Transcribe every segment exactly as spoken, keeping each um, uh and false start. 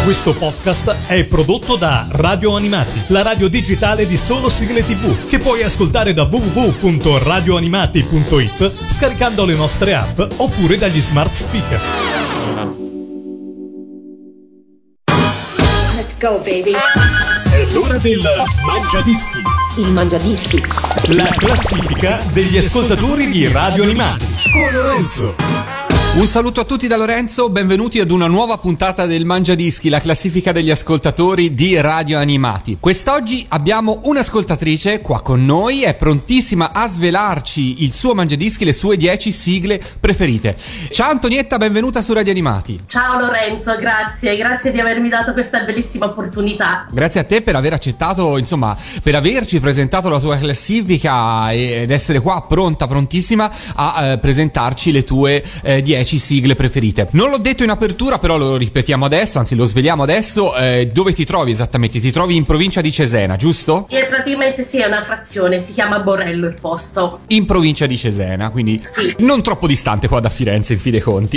Questo podcast è prodotto da Radio Animati, la radio digitale di solo sigle tivù, che puoi ascoltare da w w w punto radio animati punto i t scaricando le nostre app oppure dagli smart speaker. Let's go, baby. È l'ora del Mangiadischi. Il Mangiadischi. La classifica degli ascoltatori di Radio Animati con Lorenzo. Un saluto a tutti da Lorenzo, benvenuti ad una nuova puntata del Mangiadischi, la classifica degli ascoltatori di Radio Animati. Quest'oggi abbiamo un'ascoltatrice qua con noi, è prontissima a svelarci il suo Mangiadischi, le sue dieci sigle preferite. Ciao Antonietta, benvenuta su Radio Animati. Ciao Lorenzo, grazie, grazie di avermi dato questa bellissima opportunità. Grazie a te per aver accettato, insomma, per averci presentato la tua classifica ed essere qua pronta, prontissima a eh, presentarci le tue eh, dieci sigle preferite. Non l'ho detto in apertura, però lo ripetiamo adesso, anzi lo sveliamo adesso. Eh, dove ti trovi esattamente? Ti trovi in provincia di Cesena, giusto? E praticamente sì, è una frazione, si chiama Borello il posto. In provincia di Cesena, quindi sì, non troppo distante qua da Firenze, in fin dei conti.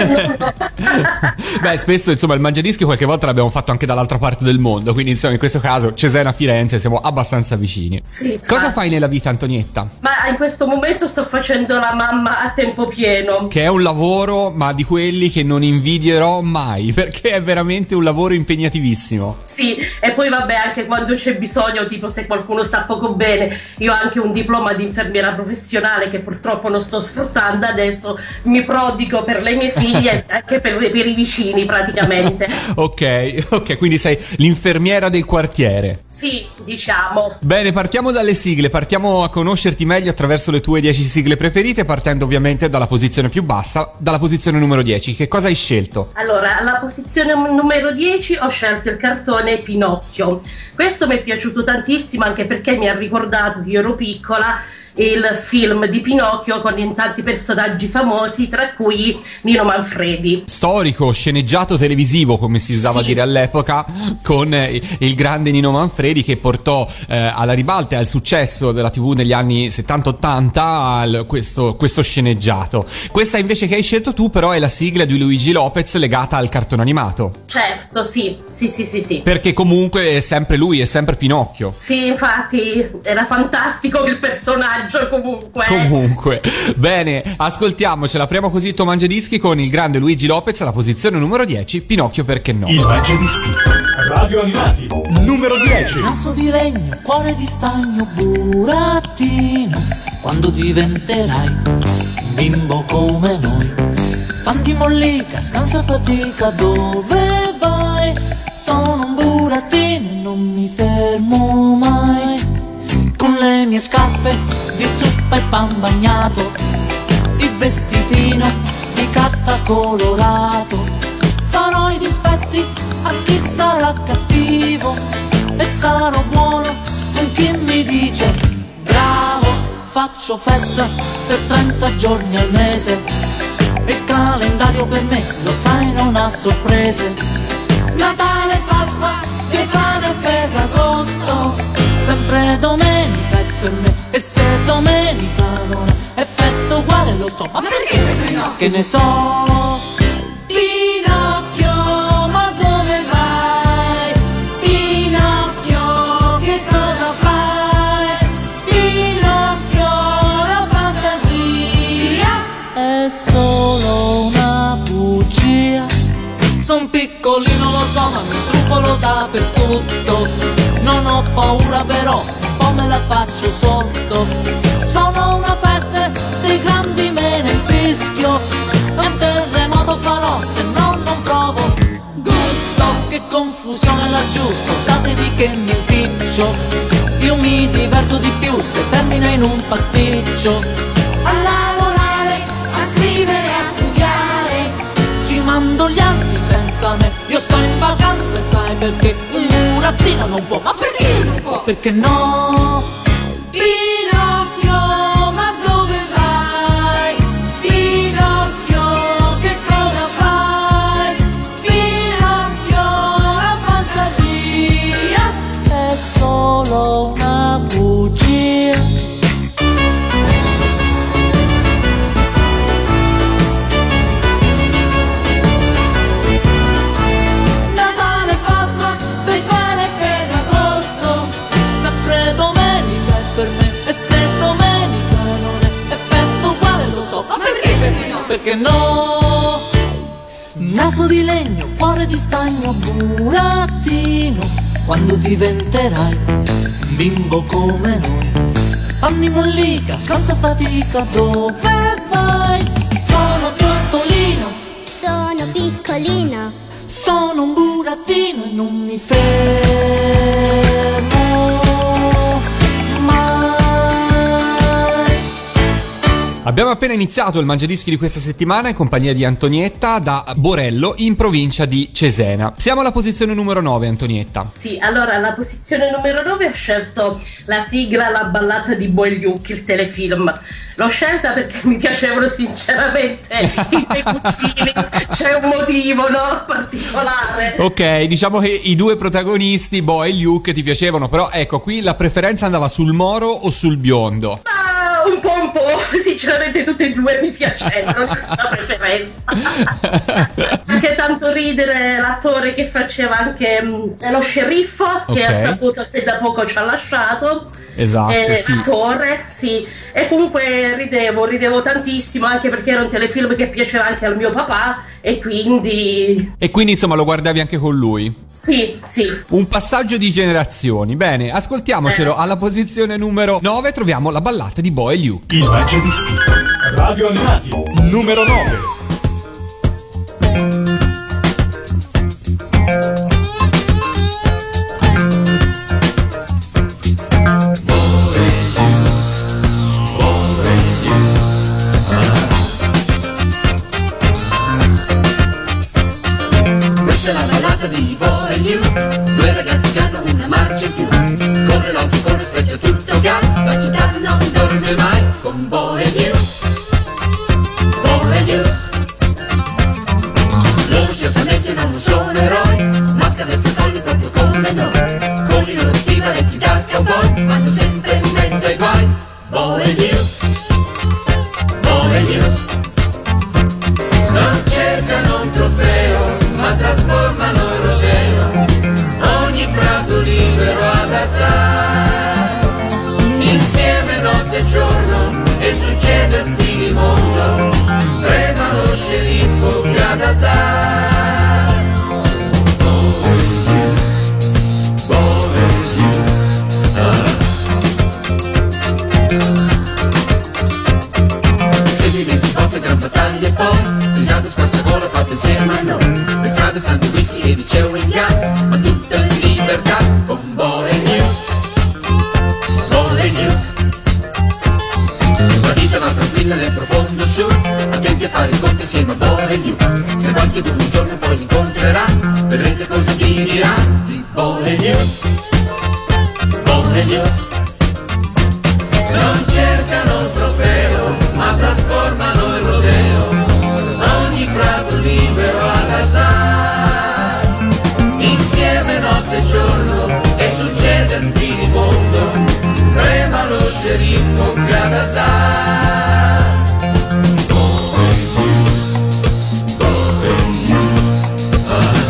Beh, spesso insomma il Mangiadischi qualche volta l'abbiamo fatto anche dall'altra parte del mondo, quindi insomma in questo caso Cesena-Firenze siamo abbastanza vicini. Sì, cosa fa... fai nella vita, Antonietta? Ma in questo momento sto facendo la mamma a tempo pieno, che è un lavoro ma di quelli che non invidierò mai, perché è veramente un lavoro impegnativissimo. Sì, e poi vabbè, anche quando c'è bisogno, tipo se qualcuno sta poco bene, io ho anche un diploma di infermiera professionale che purtroppo non sto sfruttando adesso, mi prodigo per le mie figlie e anche per, per i vicini praticamente. Ok, ok, quindi sei l'infermiera del quartiere. Sì, diciamo. Bene, partiamo dalle sigle, partiamo a conoscerti meglio attraverso le tue dieci sigle preferite, partendo ovviamente dalla posizione più bassa, dalla posizione numero dieci. Che cosa hai scelto? Allora, alla posizione numero dieci ho scelto il cartone Pinocchio. Questo mi è piaciuto tantissimo, anche perché mi ha ricordato che io ero piccola il film di Pinocchio con tanti personaggi famosi, tra cui Nino Manfredi. Storico, sceneggiato televisivo, come si usava sì. a dire all'epoca, con eh, il grande Nino Manfredi, che portò eh, alla ribalta e al successo della tivù negli anni settanta ottanta questo, questo sceneggiato. Questa invece che hai scelto tu però è la sigla di Luigi Lopez legata al cartone animato. Certo, sì, sì, sì, sì, sì. Perché comunque è sempre lui, è sempre Pinocchio. Sì, infatti era fantastico il personaggio. Comunque Comunque bene, ascoltiamocela, apriamo così il tuo Mangiadischi con il grande Luigi Lopez alla posizione numero dieci, Pinocchio perché no. Il Mangiadischi Radio Animati numero dieci. Naso di legno, cuore di stagno, burattino, quando diventerai bimbo come noi, pan di mollica, scansa fatica, dove vai? Sono un burattino e non mi fermo mai. Con le mie scarpe di zuppa e pan bagnato, il vestitino di carta colorato, farò i dispetti a chi sarà cattivo e sarò buono con chi mi dice bravo. Faccio festa per trenta giorni al mese, il calendario per me, lo sai, non ha sorprese. Natale, Pasqua, Stefano e Ferragosto, sempre domenica è per me, e se domenica non è, è festa uguale, lo so, ma perché per me no? Che ne so? Pinocchio, ma dove vai? Pinocchio, che cosa fai? Pinocchio, la fantasia è solo una bugia. Son piccolino, lo so, ma mi trufolo dappertutto. Non ho paura però, un po' me la faccio sotto. Sono una peste, dei grandi me ne infischio. Un terremoto farò, se no non provo gusto. Che confusione l'aggiusto, statevi che mi impiccio. Io mi diverto di più se termina in un pasticcio. A lavorare, a scrivere, a studiare, ci mando gli altri senza me. Io sto in vacanza e sai perché? Un burattino non può. Ma perché non può? Perché no? Pinocchio, ma dove vai? Pinocchio, che cosa fai? Pinocchio, la fantasia è solo una bugia. Natale, di legno, cuore di stagno, burattino, quando diventerai un bimbo come noi. Anni mollica, scarsa fatica, dove vai? Sono trottolino, sono piccolino, sono un burattino e non mi fermo mai. Abbiamo appena iniziato il Mangiadischi di questa settimana in compagnia di Antonietta da Borello in provincia di Cesena. Siamo alla posizione numero nove, Antonietta. Sì, allora alla posizione numero nove ho scelto la sigla La ballata di Boigliuc, il telefilm. L'ho scelta perché mi piacevano sinceramente i miei cucini, c'è un motivo, no, particolare. Ok, diciamo che i due protagonisti, Bo e Luke, ti piacevano, però ecco, qui la preferenza andava sul moro o sul biondo? Ah, un po' un po', sinceramente tutti e due mi piacevano, nessuna preferenza. Anche tanto ridere l'attore che faceva anche mh, lo sceriffo, che Ok. ha saputo che da poco ci ha lasciato. Esatto, Eh, sì. L'attore, sì. E comunque ridevo, ridevo tantissimo, anche perché era un telefilm che piaceva anche al mio papà, e quindi E quindi insomma lo guardavi anche con lui. sì, sì. Un passaggio di generazioni. Bene, ascoltiamocelo. Eh. Alla posizione numero nove troviamo la ballata di Bo e Luke. Il Mangiadischi. Radio Animati. Numero nove. Questa è la ballata di Bo e Luke, due ragazzi che hanno una marcia in più. Corre l'auto, corre, sfreccia tutto gas, la città non dorme mai con Bo e Luke. Bo e Luke. Loro certamente non sono eroi, ma scadenza colli proprio come noi. Con i loro stivaletti da cowboy, vanno sempre in mezzo ai guai. Bo e Luke. Bo e Luke. Non cercano un trofeo, ma trasformano il rodeo, ogni prato libero ad assai. Insieme notte e giorno, e succede il finimondo, trema lo sceriffo Gadasai. Bo e Luke, ah. Segui venti volte gran battaglia e poi risate squarciagola fatte insieme a noi. Le strade sanno di whisky e di chewing gum, ma tutte in libertà con Bo e Luke. Bo e Luke. La vita va tranquilla nel profondo sud, a tempi a fare i conti insieme a Bo e Luke. Se qualche un giorno poi li incontrerà, vedrete cosa vi dirà di Bo e Luke. Bo e Luke. Non cercano un trofeo, ma trasformano il rodeo, ogni prato libero ad assai. Insieme notte e giorno, e succede il finimondo, trema lo sceriffo Gadasai. Bo e Luke, Bo e Luke, ah.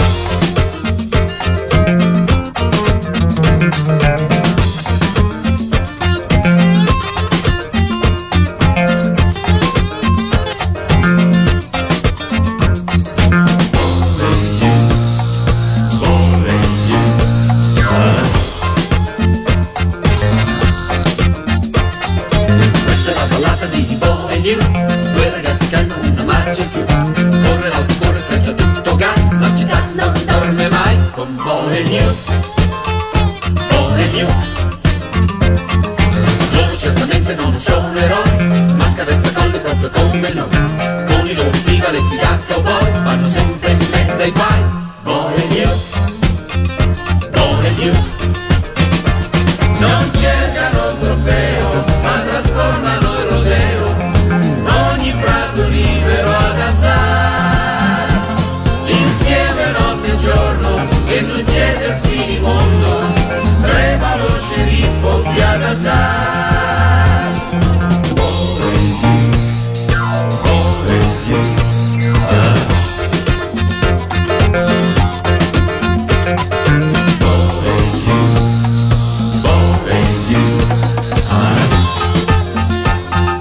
Questa è la ballata di Bo e Luke, due ragazzi che hanno una marcia in più. Corre l'auto, corre, sfreccia tutto gas, la città non dorme mai con Bo e Luke. Bo e Luke. Loro certamente non sono eroi, ma scadenza colli proprio come noi. Con i loro stivaletti da cowboy, vanno sempre in mezzo ai guai. Bo e Luke. Bo e Luke. Non cercano un trofeo, ma trasformano il rodeo, ogni prato libero ad assai. Insieme notte e giorno, che succede il finimondo, trema lo sceriffo Gadasai. Bo e Luke, Bo e Luke, ah. Bo e Luke, Bo e Luke, ah.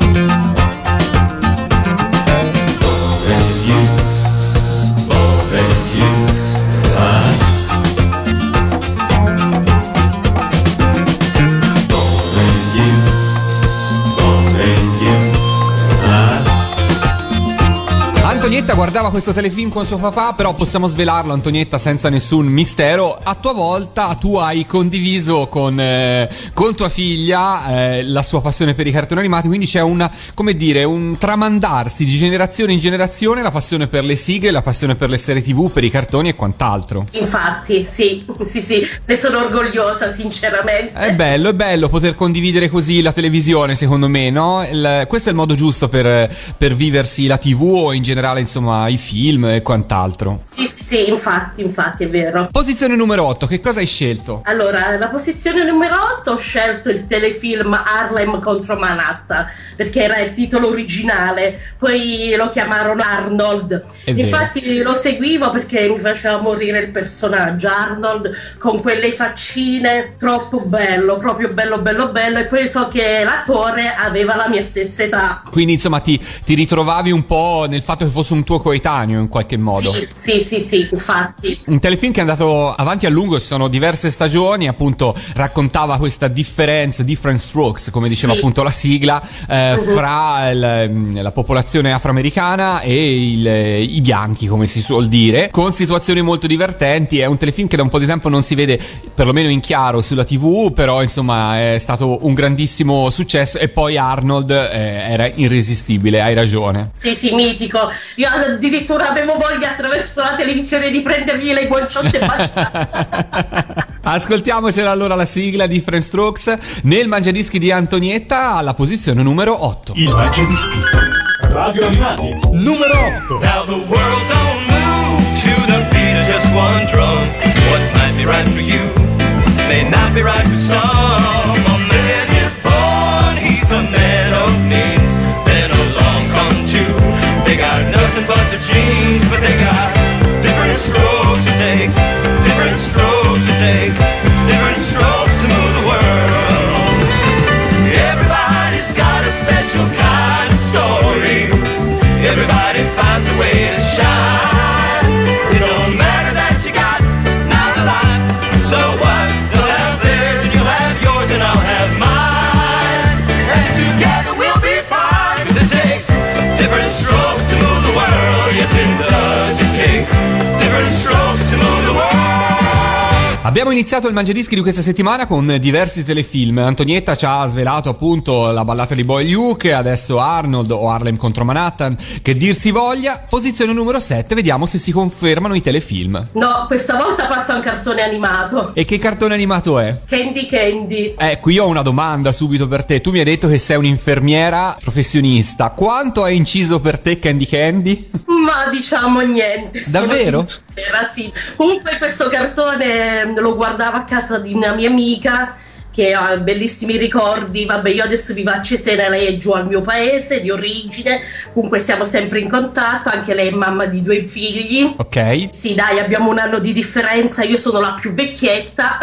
Bo e Luke, Bo e guardava questo telefilm con suo papà, però possiamo svelarlo, Antonietta, senza nessun mistero. A tua volta tu hai condiviso con, eh, con tua figlia eh, la sua passione per i cartoni animati, quindi c'è una, come dire, un tramandarsi di generazione in generazione, la passione per le sigle, la passione per le serie tv, per i cartoni e quant'altro. Infatti, sì, sì, sì, ne sono orgogliosa, sinceramente. È bello, è bello poter condividere così la televisione, secondo me, no? Il, questo è il modo giusto per, per viversi la tivù o in generale, insomma, i film e quant'altro. Sì, sì, sì, infatti, infatti, è vero. Posizione numero otto, che cosa hai scelto? Allora, la posizione numero otto ho scelto il telefilm Harlem contro Manhattan, perché era il titolo originale, poi lo chiamarono Arnold. È vero. Infatti lo seguivo perché mi faceva morire il personaggio Arnold con quelle faccine, troppo bello, proprio bello bello bello, e poi so che l'attore aveva la mia stessa età. Quindi insomma ti, ti ritrovavi un po' nel fatto che fosse un tuo coetaneo in qualche modo. Sì, sì, sì, sì, infatti. Un telefilm che è andato avanti a lungo, ci sono diverse stagioni, appunto raccontava questa differenza, different strokes, come diceva Sì. appunto la sigla, eh, Uh-huh. fra il, la popolazione afroamericana e il, i bianchi, come si suol dire, con situazioni molto divertenti. È un telefilm che da un po' di tempo non si vede, perlomeno in chiaro, sulla tivù, però insomma è stato un grandissimo successo. E poi Arnold eh, era irresistibile, hai ragione. Sì, sì, mitico. Io addirittura avevo voglia attraverso la televisione di prendergli le guanciotte e baciarle. Ascoltiamocela allora la sigla di Different Strokes nel Mangiadischi di Antonietta alla posizione numero otto. Il Mangiadischi. Radio Animati. Numero otto. Now the world don't move to the beat of just one drum. What might be right for you may not be right for some. A man is born, he's a man of means. Then along come two. They got nothing but the genes, but they got different strokes it takes. Different strokes it takes. Different strokes to move the world. Everybody's got a special kind of story. Everybody finds a way to shine. It don't matter that you got not a lot. So what? They'll have theirs and you'll have yours and I'll have mine. And together we'll be fine. Cause it takes different strokes to move the world. Yes it does. It takes different strokes to move the world. Abbiamo iniziato il Mangiadischi di questa settimana con diversi telefilm. Antonietta ci ha svelato appunto La ballata di Boy Luke, adesso Arnold o Harlem contro Manhattan, che dir si voglia. Posizione numero sette, vediamo se si confermano i telefilm. No, questa volta passa un cartone animato. E che cartone animato è? Candy Candy. Eh, qui ho una domanda subito per te. Tu mi hai detto che sei un'infermiera professionista. Quanto ha inciso per te Candy Candy? Ma diciamo niente. sono Davvero? sincera, sì. Comunque questo cartone lo guardavo a casa di una mia amica che ha bellissimi ricordi. Vabbè, io adesso vivo a Cesena, lei è giù al mio paese di origine, comunque siamo sempre in contatto, anche lei è mamma di due figli. Ok. Sì, dai, abbiamo un anno di differenza, io sono la più vecchietta,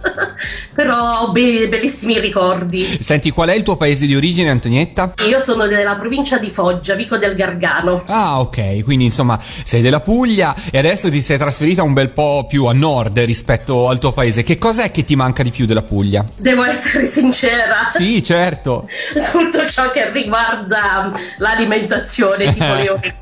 però be- bellissimi ricordi. Senti, qual è il tuo paese di origine, Antonietta? Io sono della provincia di Foggia, Vico del Gargano. Ah, ok, quindi insomma sei della Puglia e adesso ti sei trasferita un bel po' più a nord rispetto al tuo paese. Che cos'è che ti manca di più della Puglia? Devo essere sincera. Sì, certo. Tutto ciò che riguarda l'alimentazione, tipo le orecchiette,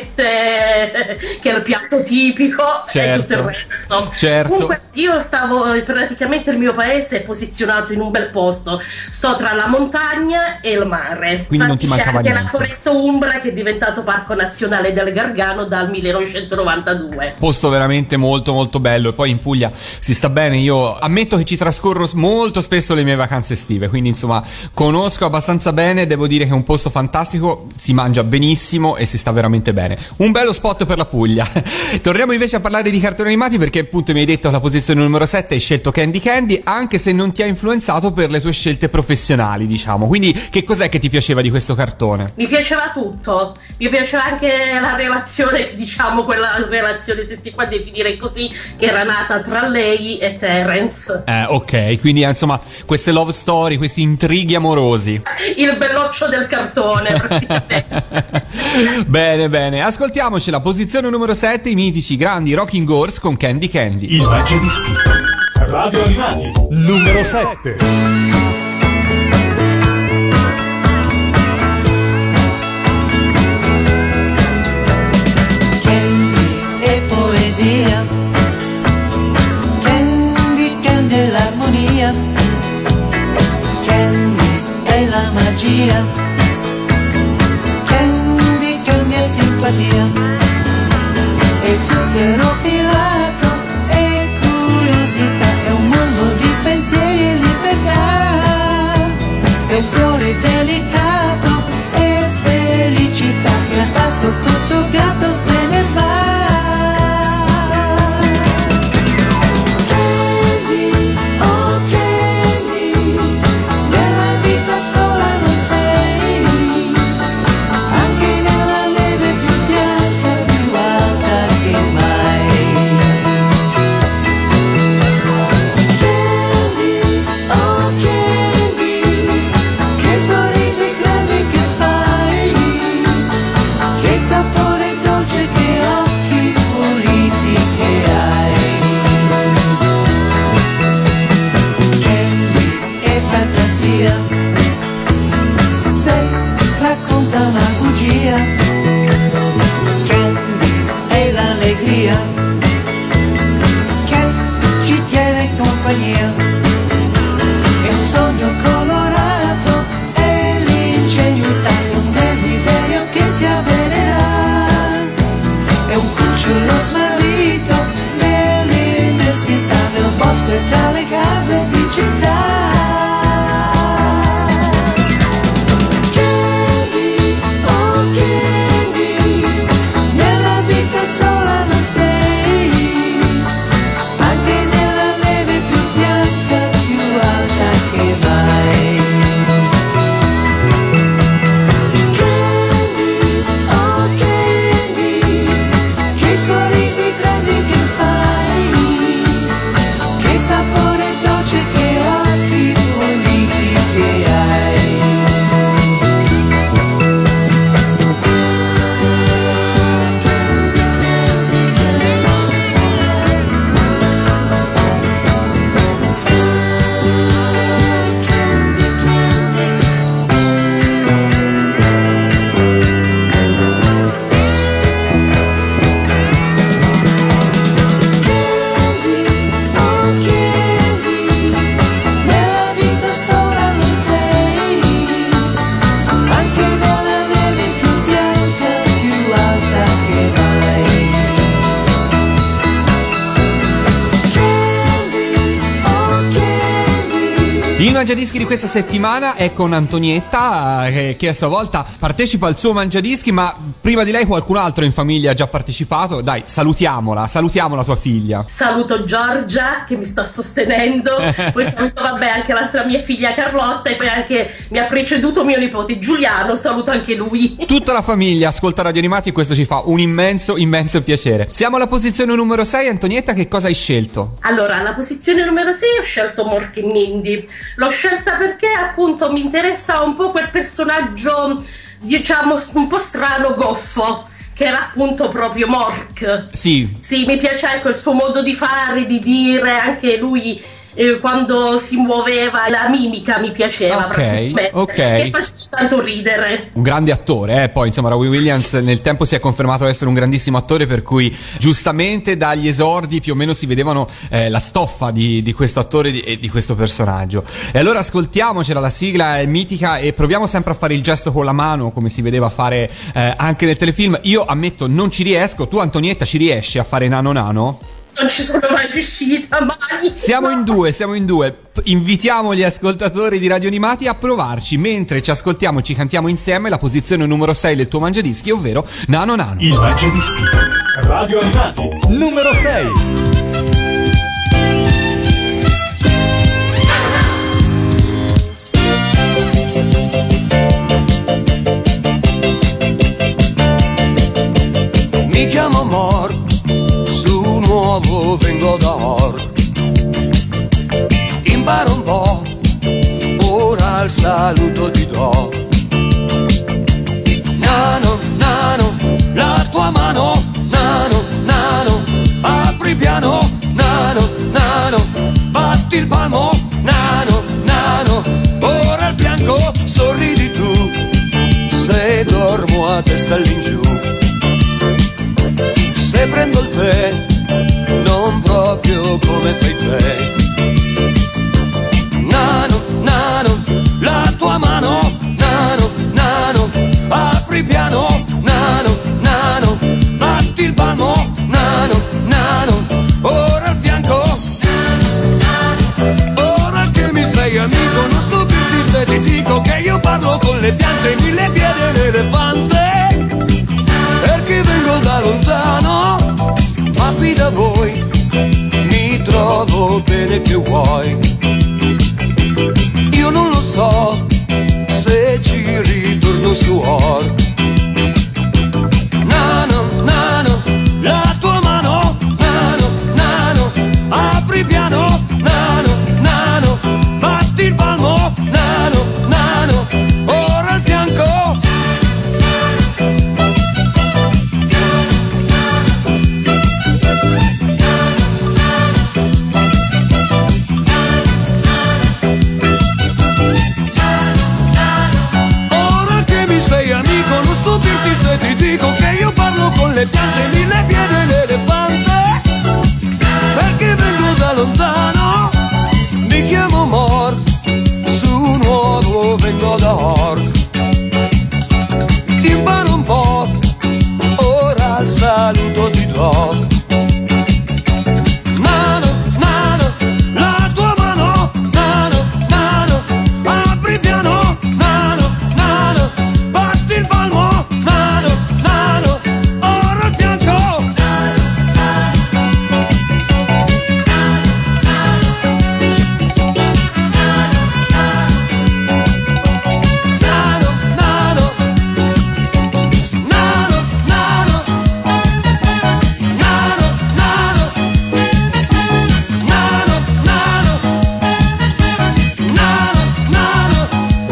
che è il piatto tipico, Certo. e tutto il resto. Certo. Comunque io stavo, praticamente il mio paese è posizionato in un bel posto, sto tra la montagna e il mare. Quindi non ti Infatti c'è mancava anche niente. la foresta Umbra, che è diventato Parco Nazionale del Gargano dal millenovecentonovantadue. Posto veramente molto molto bello, e poi in Puglia si sta bene. Io ammetto che ci trascorro molto spesso le mie vacanze estive, quindi insomma conosco abbastanza bene. Devo dire che è un posto fantastico, si mangia benissimo e si sta veramente bene. Un bello spot per la Puglia. Torniamo invece a parlare di cartoni animati, perché appunto mi hai detto alla posizione numero sette hai scelto Candy Candy, anche se non ti ha influenzato per le tue scelte professionali, diciamo. Quindi che cos'è che ti piaceva di questo cartone? Mi piaceva tutto, mi piaceva anche la relazione, diciamo quella relazione, se si può definire così, che era nata tra lei e Terence. Eh, ok, quindi insomma queste love story, questi intrighi amorosi. Il belloccio del cartone, praticamente. Bene, bene, ascoltiamoci la posizione numero sette, i mitici grandi Rocking Horse con Candy Candy. Il Mangiadischi. Radio Animati. Numero sette. simpatia. Candy, Candy è l'armonia, Candy è la magia, Candy, Candy è simpatia. E zucchero filato e curiosità, è un mondo di pensieri e libertà, è un fiore delicato e felicità, che a spasso col suo gatto se ne va. Candy, oh Candy, nella vita sola non sei, anche nella neve più bianca, più alta che mai. Candy, oh Candy, che sorrisi grandi che fai, che sapore dolce, che occhi puliti che hai. Candy è fantasia, se racconta una bugia, Candy è l'allegria che ci tiene compagnia, è un sogno colorato, è l'ingenuità, è un desiderio che si avvererà, è un cucciolo smarrito nell'immensità, nel bosco e tra le case di città. Candy, oh Candy, nella vita sola non sei, anche nella neve più bianca, più alta che mai. Candy, oh Candy, che sorrisi grandi che fai, che sapore dolce, che occhi puliti che hai. Candy, oh Candy, nella vita sola non sei, anche nella neve più bianca, più alta che mai. Candy, oh Candy. Il Mangiadischi di questa settimana è con Antonietta, eh, che a sua volta partecipa al suo Mangiadischi, ma prima di lei qualcun altro in famiglia ha già partecipato. Dai, salutiamola, salutiamo la tua figlia. Saluto Giorgia che mi sta sostenendo, poi saluto vabbè anche l'altra mia figlia Carlotta, e poi anche mi ha preceduto mio nipote Giuliano, saluto anche lui. Tutta la famiglia ascolta Radio Animati e questo ci fa un immenso, immenso piacere. Siamo alla posizione numero sei, Antonietta, che cosa hai scelto? Allora, alla posizione numero sei ho scelto Mork e Mindy. L'ho scelta perché appunto mi interessa un po' quel personaggio, diciamo, un po' strano, goffo, che era appunto proprio Mork. Sì. Sì, mi piace anche il suo modo di fare, di dire, anche lui eh, quando si muoveva, la mimica mi piaceva, Ok, praticamente, ok. che faceva tanto ridere. Un grande attore, eh? Poi insomma Robbie Williams nel tempo si è confermato essere un grandissimo attore, per cui giustamente dagli esordi più o meno si vedevano eh, la stoffa di, di questo attore e di, di questo personaggio. E allora ascoltiamocela, la sigla è mitica e proviamo sempre a fare il gesto con la mano come si vedeva fare eh, anche nel telefilm. Io ammetto non ci riesco, tu Antonietta ci riesci a fare nano nano? Non ci sono mai riuscita, mai. Siamo in due, siamo in due. P- invitiamo gli ascoltatori di Radio Animati a provarci mentre ci ascoltiamo e ci cantiamo insieme la posizione numero sei del tuo Mangiadischi, ovvero Nano Nano. Il Mangiadischi. Radio Animati. Numero sei. Mi chiamo Mork, su nuovo vengo da Ork. Imparo un po', ora il saluto ti do. Nano, nano, la tua mano, nano, nano, apri piano, nano, nano, batti il palmo, nano, nano, ora al fianco sorridi tu, se dormo a testa all'ingiù. Se prendo il tè le piante e mille piedi l'elefante, perché vengo da lontano, ma qui da voi mi trovo bene che vuoi. Io non lo so se ci ritorno su or. Nano, nano, la tua mano, nano, nano, apri piano, nano, nano, batti il palmo, nano, nano, ora al fianco. Ora che mi sei amico, non stupirti se ti dico che io parlo con le piante e mille piedi l'elefante, perché vengo da lontano, mi chiamo Mor, su nuovo vengo da Or. Imparo un po', ora il saluto ti do. Mano, mano, la tua mano, mano, mano, apri piano, mano, mano, batti il palmo, mano, mano, ora al fianco. Nano, nano, nano, nano, nano, nano, nano, nano, nano, nano,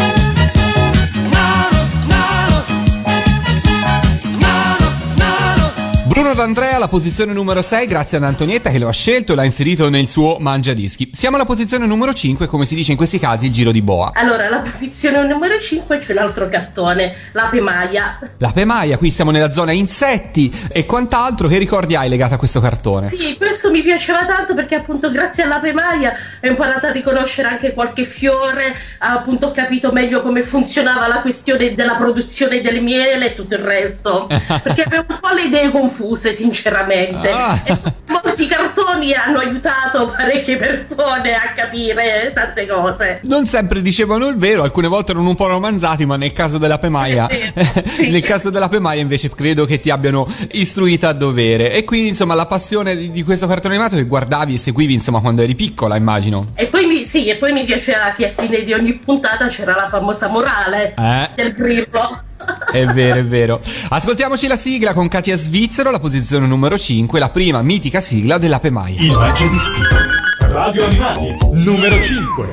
nano, nano. Bruno D'Andrea alla posizione numero sei, grazie ad Antonietta che lo ha scelto e l'ha inserito nel suo Mangiadischi. Siamo alla posizione numero cinque, come si dice in questi casi, il giro di boa. Allora, alla posizione numero cinque c'è l'altro cartone, l'Ape Maia. L'Ape Maia, qui siamo nella zona insetti e quant'altro. Che ricordi hai legato a questo cartone? Sì, questo mi piaceva tanto perché appunto grazie all'Ape Maia ho imparato a riconoscere anche qualche fiore, ho appunto capito meglio come funzionava la questione della produzione del miele e tutto il resto, perché avevo un po' le idee confuse sinceramente. Ah. E molti cartoni hanno aiutato parecchie persone a capire tante cose. Non sempre dicevano il vero, alcune volte erano un po' romanzati, ma nel caso dell'Ape Maia Sì. nel caso dell'Ape Maia invece credo che ti abbiano istruita a dovere. E quindi insomma la passione di, di questo cartone animato che guardavi e seguivi insomma quando eri piccola, immagino. E poi mi, sì, e poi mi piaceva che a fine di ogni puntata c'era la famosa morale Eh. del grillo. È vero, è vero. Ascoltiamoci la sigla con Katia Svizzero, la posizione numero cinque, la prima mitica sigla dell'Ape Maia. Il Mangiadischi. Radio Animati, numero cinque.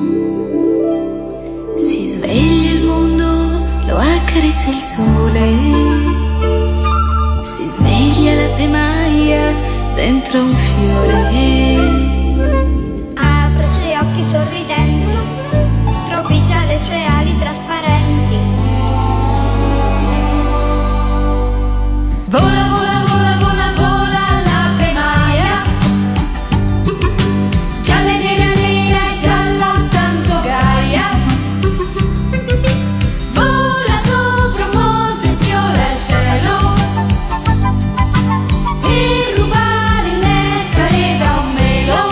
Si sveglia il mondo, lo accarezza il sole. Si sveglia l'Ape Maia dentro un fiore. Apre i suoi occhi sorridenti, stropiccia le sue ali trasparenti. Vola, vola, vola, vola, vola l'Ape Maia. Gialla e nera, nera e gialla, tanto gaia. Vola sopra un monte, sfiora il cielo per rubare il nettare da un melo.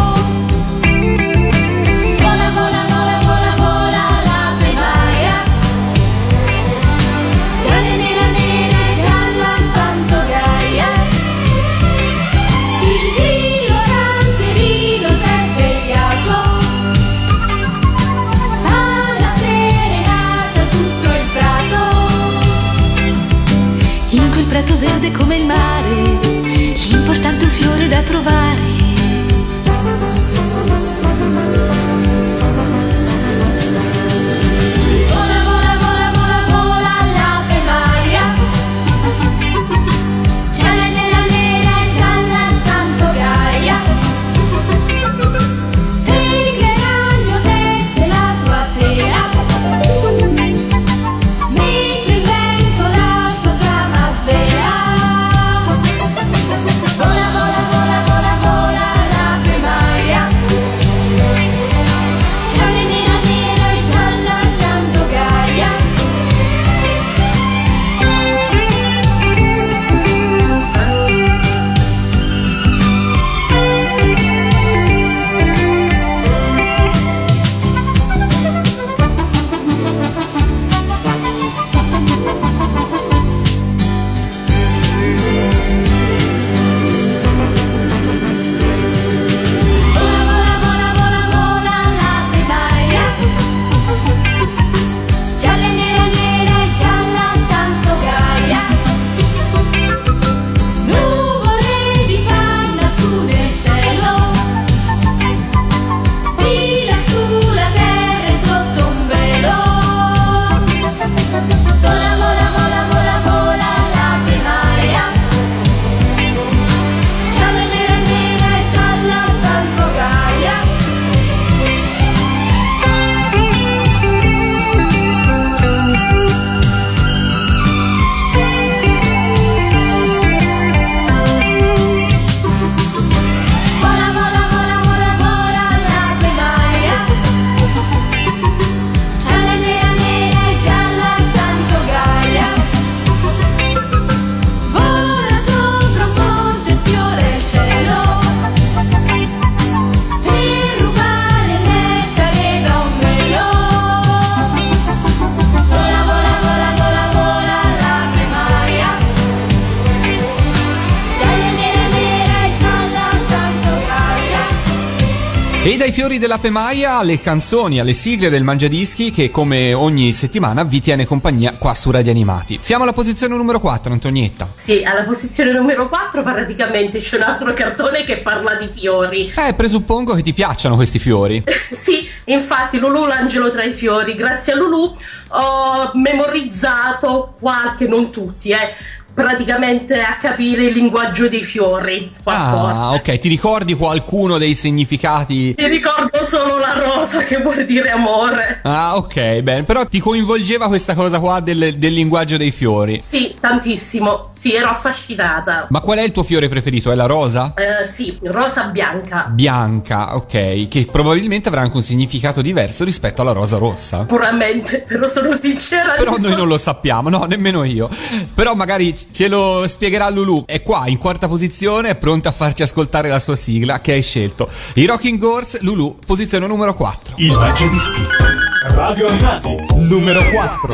E dai fiori dell'Ape Maia alle canzoni, alle sigle del Mangiadischi che come ogni settimana vi tiene compagnia qua su Radio Animati. Siamo alla posizione numero quattro, Antonietta. Sì, alla posizione numero quattro praticamente c'è un altro cartone che parla di fiori. Eh, presuppongo che ti piacciono questi fiori. Sì, infatti Lulù l'angelo tra i fiori. Grazie a Lulù ho memorizzato qualche, non tutti, eh, praticamente a capire il linguaggio dei fiori. Qualcosa. Ah, ok, ti ricordi qualcuno dei significati? Mi ricordo solo la rosa che vuol dire amore. Ah, ok, bene, però ti coinvolgeva questa cosa qua del, del linguaggio dei fiori? Sì, tantissimo, sì, ero affascinata. Ma qual è il tuo fiore preferito? È la rosa? Eh, sì, rosa bianca. Bianca, ok, che probabilmente avrà anche un significato diverso rispetto alla rosa rossa. Puramente, però sono sincera. Però noi non lo sappiamo, no, nemmeno io. Però magari ce lo spiegherà Lulù. È qua in quarta posizione, è pronta a farci ascoltare la sua sigla che hai scelto. I Rocking Horse, Lulù, posizione numero quattro. Il Mangiadischi, Radio Animati, numero quattro.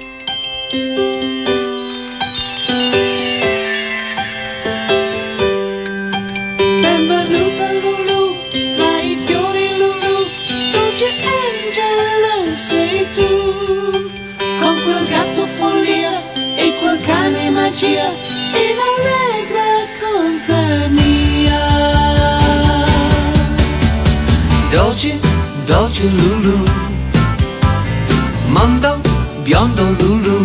Benvenuta Lulù, tra i fiori Lulù, dolce angelo sei tu, con quel gatto follia e quel cane magia, in allegra compagnia. Dolce, dolce Lulù, mondo biondo Lulù,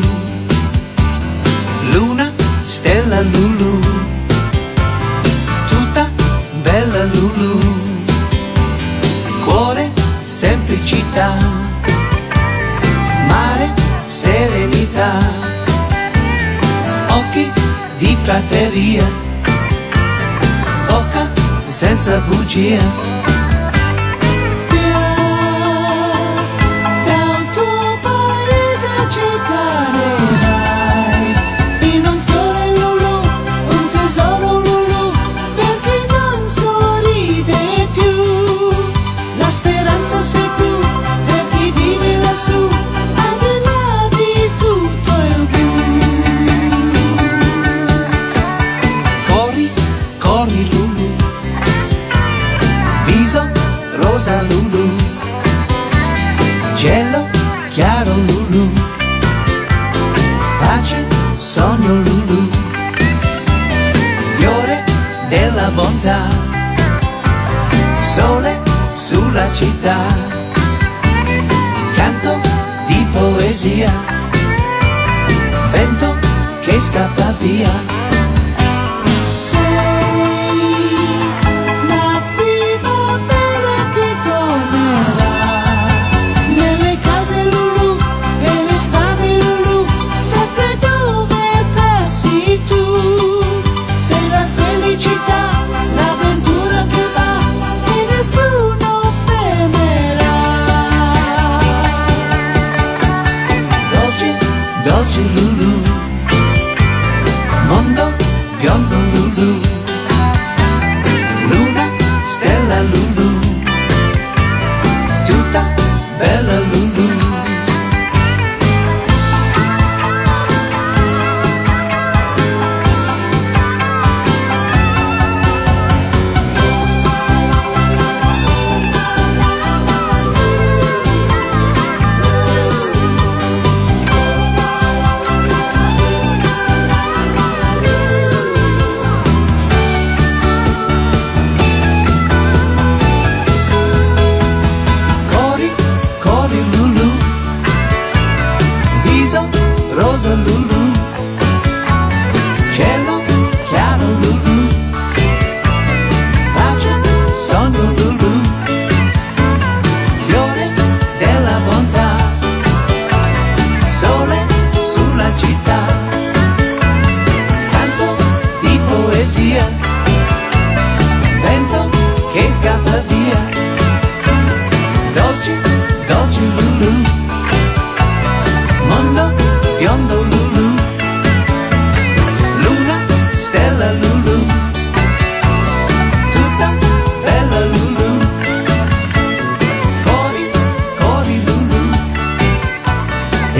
luna, stella Lulù, tutta bella Lulù, cuore, semplicità, mare, serenità, occhi di prateria, bocca senza bugia. Dal tuo paese ci canerai, in un fiore Lulù, un tesoro Lulù, perché non sorride più. La speranza sei tu, per chi vive lassù, al di là di tutto il blu. Corri, corri Lulù, viso rosa Lulù, cielo chiaro Lulù, pace sogno Lulù, fiore della bontà, sole sulla città, canto di poesia, vento che scappa via. Sei la primavera che tornerà nelle case Lulù, nelle strade Lulù, sempre dove passi tu. Sei la felicità, l'avventura che va e nessuno fermerà. Dolce, dolce Lulù, mondo biondo Lulù, luna, stella Lulù, tutta bella Lulù.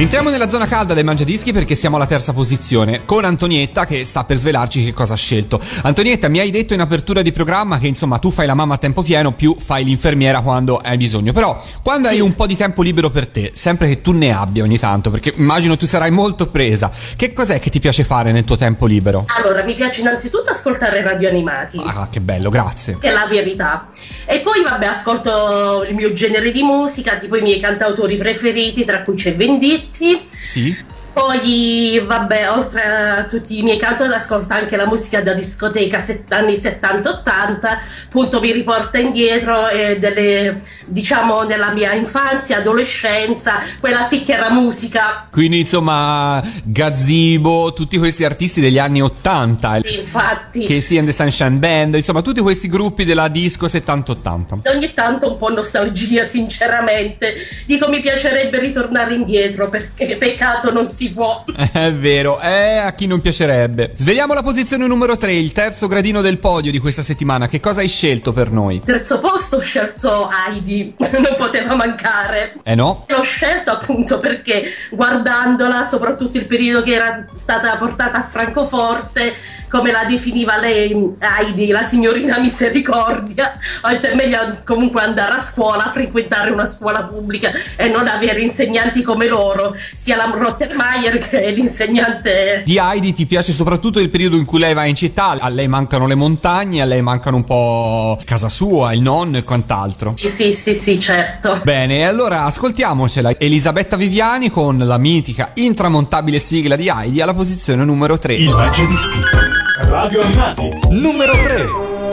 Entriamo nella zona calda del Mangiadischi perché siamo alla terza posizione con Antonietta che sta per svelarci che cosa ha scelto. Antonietta, mi hai detto in apertura di programma che insomma tu fai la mamma a tempo pieno più fai l'infermiera quando hai bisogno, però quando sì. hai un po' di tempo libero per te, sempre che tu ne abbia ogni tanto, perché immagino tu sarai molto presa, che cos'è che ti piace fare nel tuo tempo libero? Allora, mi piace innanzitutto ascoltare radio animati. Ah, che bello, grazie. Che è la verità. E poi vabbè, ascolto il mio genere di musica, tipo i miei cantautori preferiti, tra cui c'è Venditti. Sì. Poi vabbè, oltre a tutti i miei cantori ascolto anche la musica da discoteca set- anni settanta ottanta, appunto mi riporta indietro eh, delle, diciamo nella mia infanzia, adolescenza, quella sì che era musica. Quindi insomma Gazebo, tutti questi artisti degli anni ottanta. Infatti. Che sia in The Sunshine Band, insomma tutti questi gruppi della disco settanta ottanta. Ogni tanto un po' nostalgia sinceramente, dico mi piacerebbe ritornare indietro perché peccato non si può. È vero, eh, a chi non piacerebbe. Svegliamo la posizione numero tre, il terzo gradino del podio di questa settimana. Che cosa hai scelto per noi? Terzo posto ho scelto Heidi, non poteva mancare. Eh no? L'ho scelto appunto perché guardandola, soprattutto il periodo che era stata portata a Francoforte, come la definiva lei, Heidi, la signorina misericordia, ho detto è meglio comunque andare a scuola, frequentare una scuola pubblica e non avere insegnanti come loro, sia la Rottermeier che l'insegnante. Di Heidi ti piace soprattutto il periodo in cui lei va in città, a lei mancano le montagne, a lei mancano un po' casa sua, il nonno e quant'altro. Sì, sì, sì, sì, certo. Bene, allora ascoltiamocela, Elisabetta Viviani con la mitica intramontabile sigla di Heidi alla posizione numero tre. Il Mangiadischi. Radio Animati, numero tre.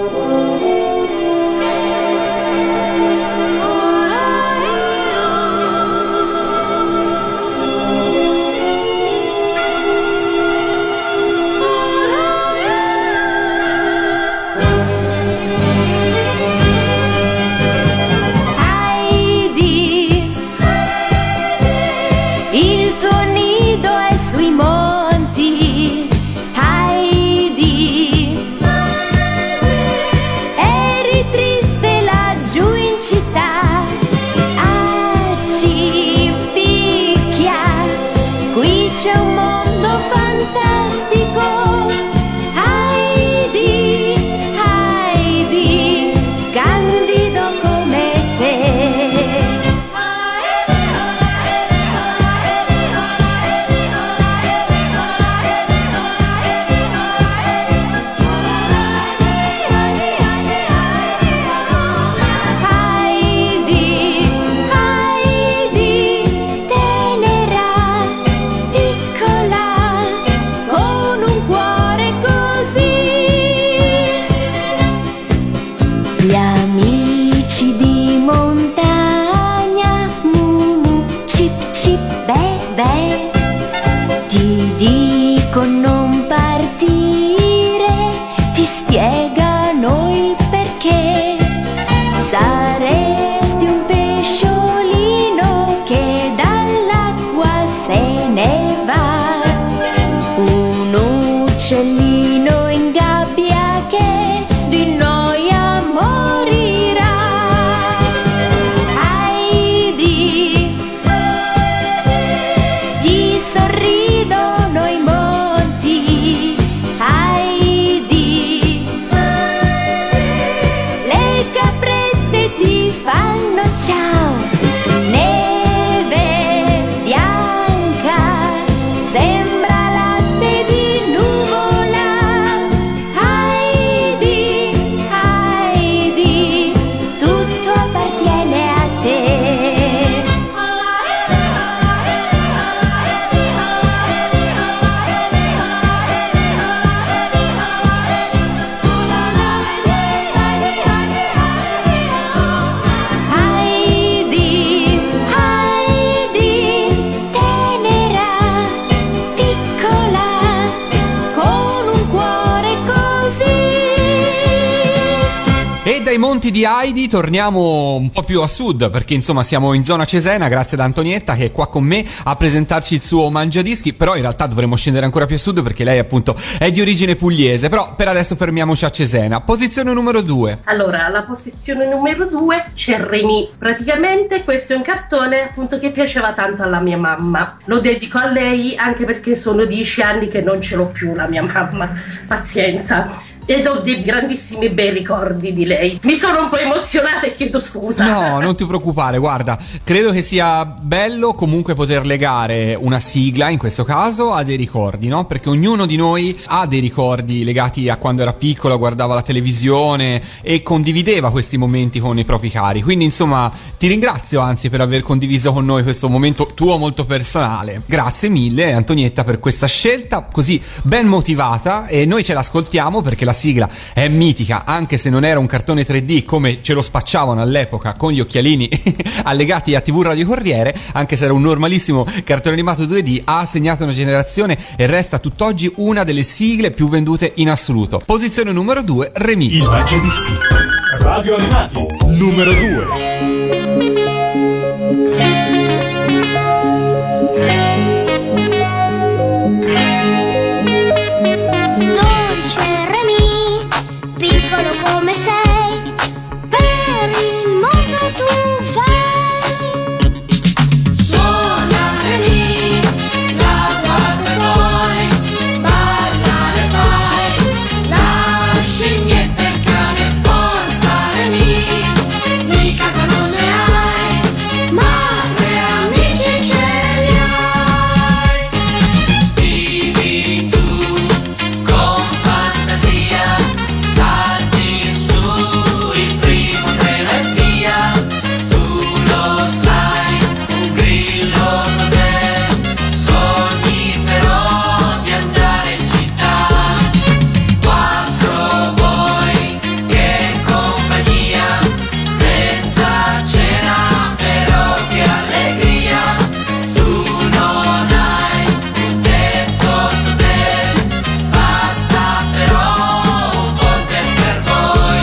Heidi, il tuo nido è sui monti. Heidi, dai monti di Heidi torniamo un po' più a sud, perché insomma siamo in zona Cesena, grazie ad Antonietta che è qua con me a presentarci il suo mangiadischi, però in realtà dovremmo scendere ancora più a sud perché lei appunto è di origine pugliese, però per adesso fermiamoci a Cesena. Posizione numero due. Allora, alla posizione numero due c'è Remy. Praticamente questo è un cartone appunto che piaceva tanto alla mia mamma. Lo dedico a lei anche perché sono dieci anni che non ce l'ho più la mia mamma. Pazienza. Ed ho dei grandissimi bei ricordi di lei. Mi sono un po' emozionata e chiedo scusa. No, non ti preoccupare, guarda, credo che sia bello comunque poter legare una sigla, in questo caso, a dei ricordi, no? Perché ognuno di noi ha dei ricordi legati a quando era piccolo, guardava la televisione e condivideva questi momenti con i propri cari. Quindi, insomma, ti ringrazio anzi per aver condiviso con noi questo momento tuo molto personale. Grazie mille, Antonietta, per questa scelta così ben motivata, e noi ce l'ascoltiamo perché la La sigla è mitica, anche se non era un cartone tre D come ce lo spacciavano all'epoca con gli occhialini allegati a tivù Radio Corriere, anche se era un normalissimo cartone animato due D, ha segnato una generazione e resta tutt'oggi una delle sigle più vendute in assoluto. Posizione numero due, Remy. Il mangiadischi Radio Animati numero due. Come sei, per il mondo tu fai. Suonare la tua poi, ballare fai, la scimmietta e il cane, forza Remy, di casa non ne hai, ma tre amici ce li hai. Vivi tu con fantasia, salti il primo treno e via, tu lo sai, un grillo cos'è, sogni però di andare in città, quattro voi, che compagnia, senza cena però che allegria, tu non hai un tetto su te, basta però un ponte per voi.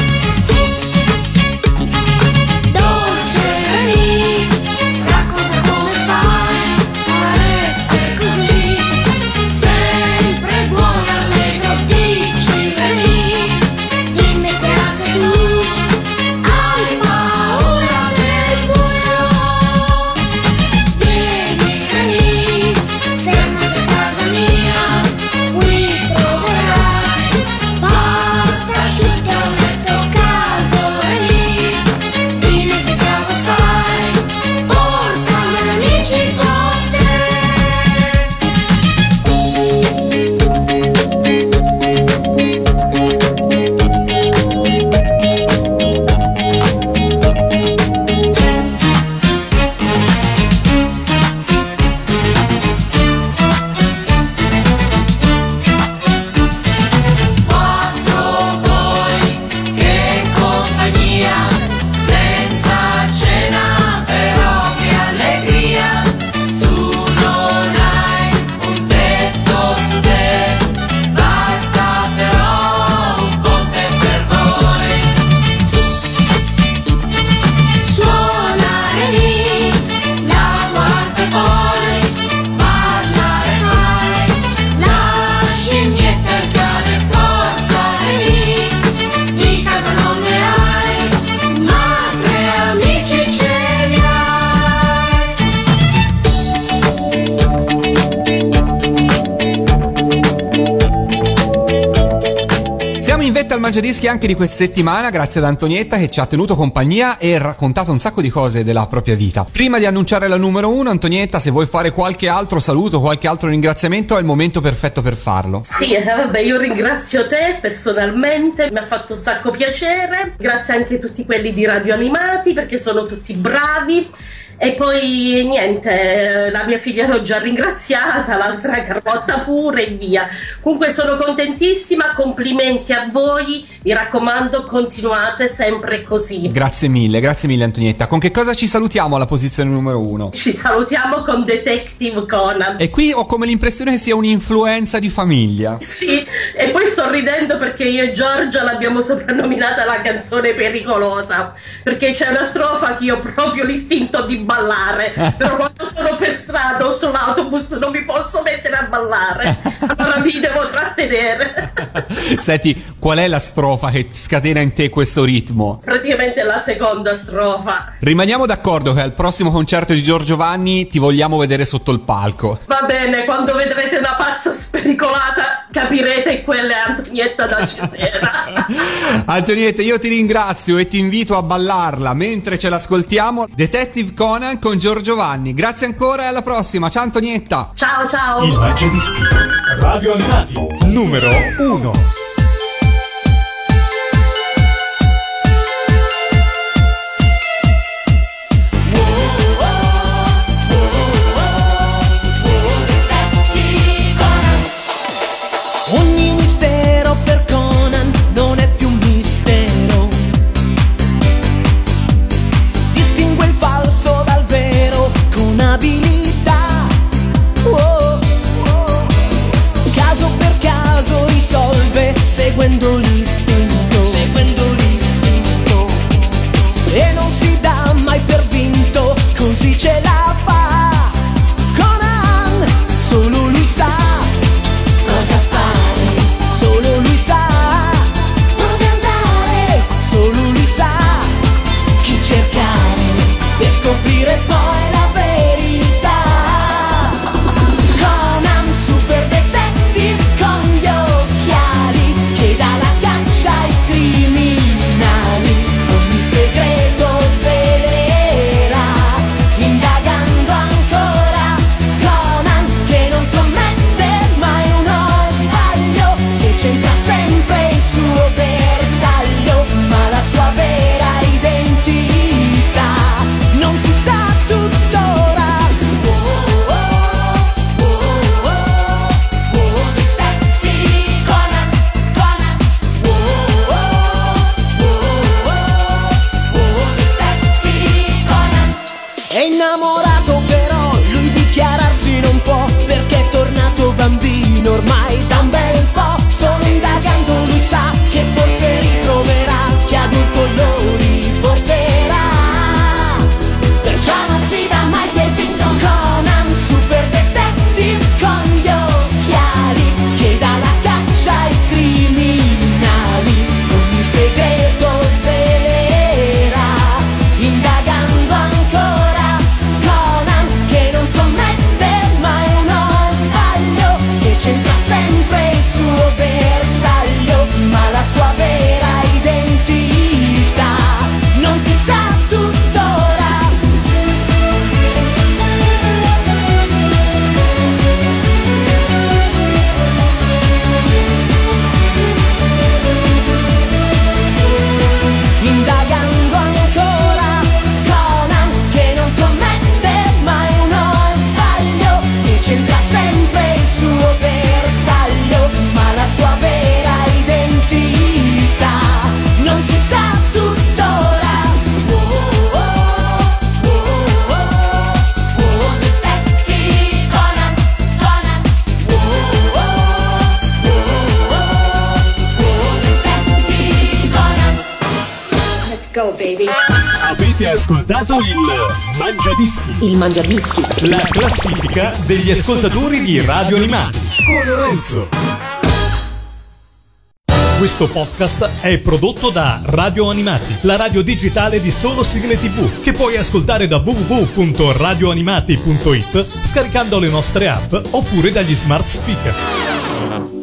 Racconta come fai a essere così, sempre buona, allegro, dici Remy, dimmi se anche tu hai paura del buio. Vieni Remy, fermati a casa mia, qui troverai pasta asciutta e un letto caldo. Remy, dimmi che bravo sai, porta gli amici con te. Quattro voi, che compagnia, senza cena però che allegria, tu non hai un tetto su te, basta però un ponte per voi. Suonare lì, la guarda e poi, ballare fai, la scimmietta e il cane, forza Remy, di casa non ne hai, ma tre amici ce li hai. Siamo in vetta al mangiadischi anche di questa settimana, grazie ad Antonietta che ci ha tenuto compagnia e raccontato un sacco di cose della propria vita. Prima di annunciare la numero uno, Antonietta, se vuoi fare qualche altro saluto, qualche altro ringraziamento, è il momento perfetto per farlo. Sì, eh, vabbè, io ringrazio te personalmente, mi ha fatto un sacco piacere, grazie anche a tutti quelli di Radio Animati perché sono tutti bravi E poi niente, la mia figlia l'ho già ringraziata, l'altra Carlotta pure e via. Comunque sono contentissima, complimenti a voi, mi raccomando continuate sempre così. Grazie mille, grazie mille Antonietta. Con che cosa ci salutiamo alla posizione numero uno? Ci salutiamo con Detective Conan. E qui ho come l'impressione che sia un'influenza di famiglia. Sì, e poi sto ridendo perché io e Giorgia l'abbiamo soprannominata la canzone pericolosa, perché c'è una strofa che io ho proprio l'istinto di ballare, però quando sono per strada o sull'autobus non mi posso mettere a ballare, allora mi devo trattenere. Senti, qual è la strofa che scatena in te questo ritmo? Praticamente la seconda strofa. Rimaniamo d'accordo che al prossimo concerto di Giorgio Vanni ti vogliamo vedere sotto il palco. Va bene, quando vedrete una pazza spericolata capirete che quella è Antonietta da Cesena. Antonietta, io ti ringrazio e ti invito a ballarla mentre ce l'ascoltiamo. Detective Conan con Giorgio Vanni. Grazie ancora e alla prossima. Ciao Antonietta. Ciao ciao. Il Mangiadischi, Radio Animati, numero uno. Ogni mistero per Conan non è più un mistero. Distingue il falso dal vero con abilità. Oh. Caso per caso risolve seguendo l'istinto. Seguendo l'istinto. E non si dà mai per vinto, così ce la fa. Conan, solo lui sa cosa fare, solo lui sa dove andare, solo lui sa chi cercare per scoprire poi la verità. Conan, super detective con gli occhiali, che dà la caccia ai criminali, ogni segreto svelerà, indagando ancora. Conan, che non commette mai uno sbaglio, che c'entra sempre il suo bersaglio, ma la sua vera identità non si sa tuttora. Oh, oh, oh, oh, oh, Detective Conan, Conan. Oh, oh, oh, oh, oh, Detective Conan. È innamorato però lui dichiararsi non può, perché è tornato bambino ormai da un bel po'. Solo indagando lui sa che forse ritroverà che adulto lo riporterà, perciò non si dà mai per vinto. Conan, super detective con gli occhiali, che dà la caccia ai criminali, ogni segreto svelerà, indagando ancora. Conan, che non commette mai uno sbaglio, che c'entra sempre il suo bersaglio, ma la sua vera identità non si sa tuttora. Indagando ancora. Conan, che non commette mai uno sbaglio, che c'entra sempre il suo bersaglio, ma la sua vera identità non si sa tuttora. Oh, oh, oh, oh, oh, Detective Conan, Conan. Oh, oh, oh, oh, oh, Detective Conan. Let's go, baby. Avete ascoltato il Mangiadischi, Il Mangiadischi. la classifica degli ascoltatori di Radio Animati con Lorenzo. Questo podcast è prodotto da Radio Animati, la radio digitale di solo sigle tivù, che puoi ascoltare da w w w punto radioanimati punto it scaricando le nostre app oppure dagli smart speaker.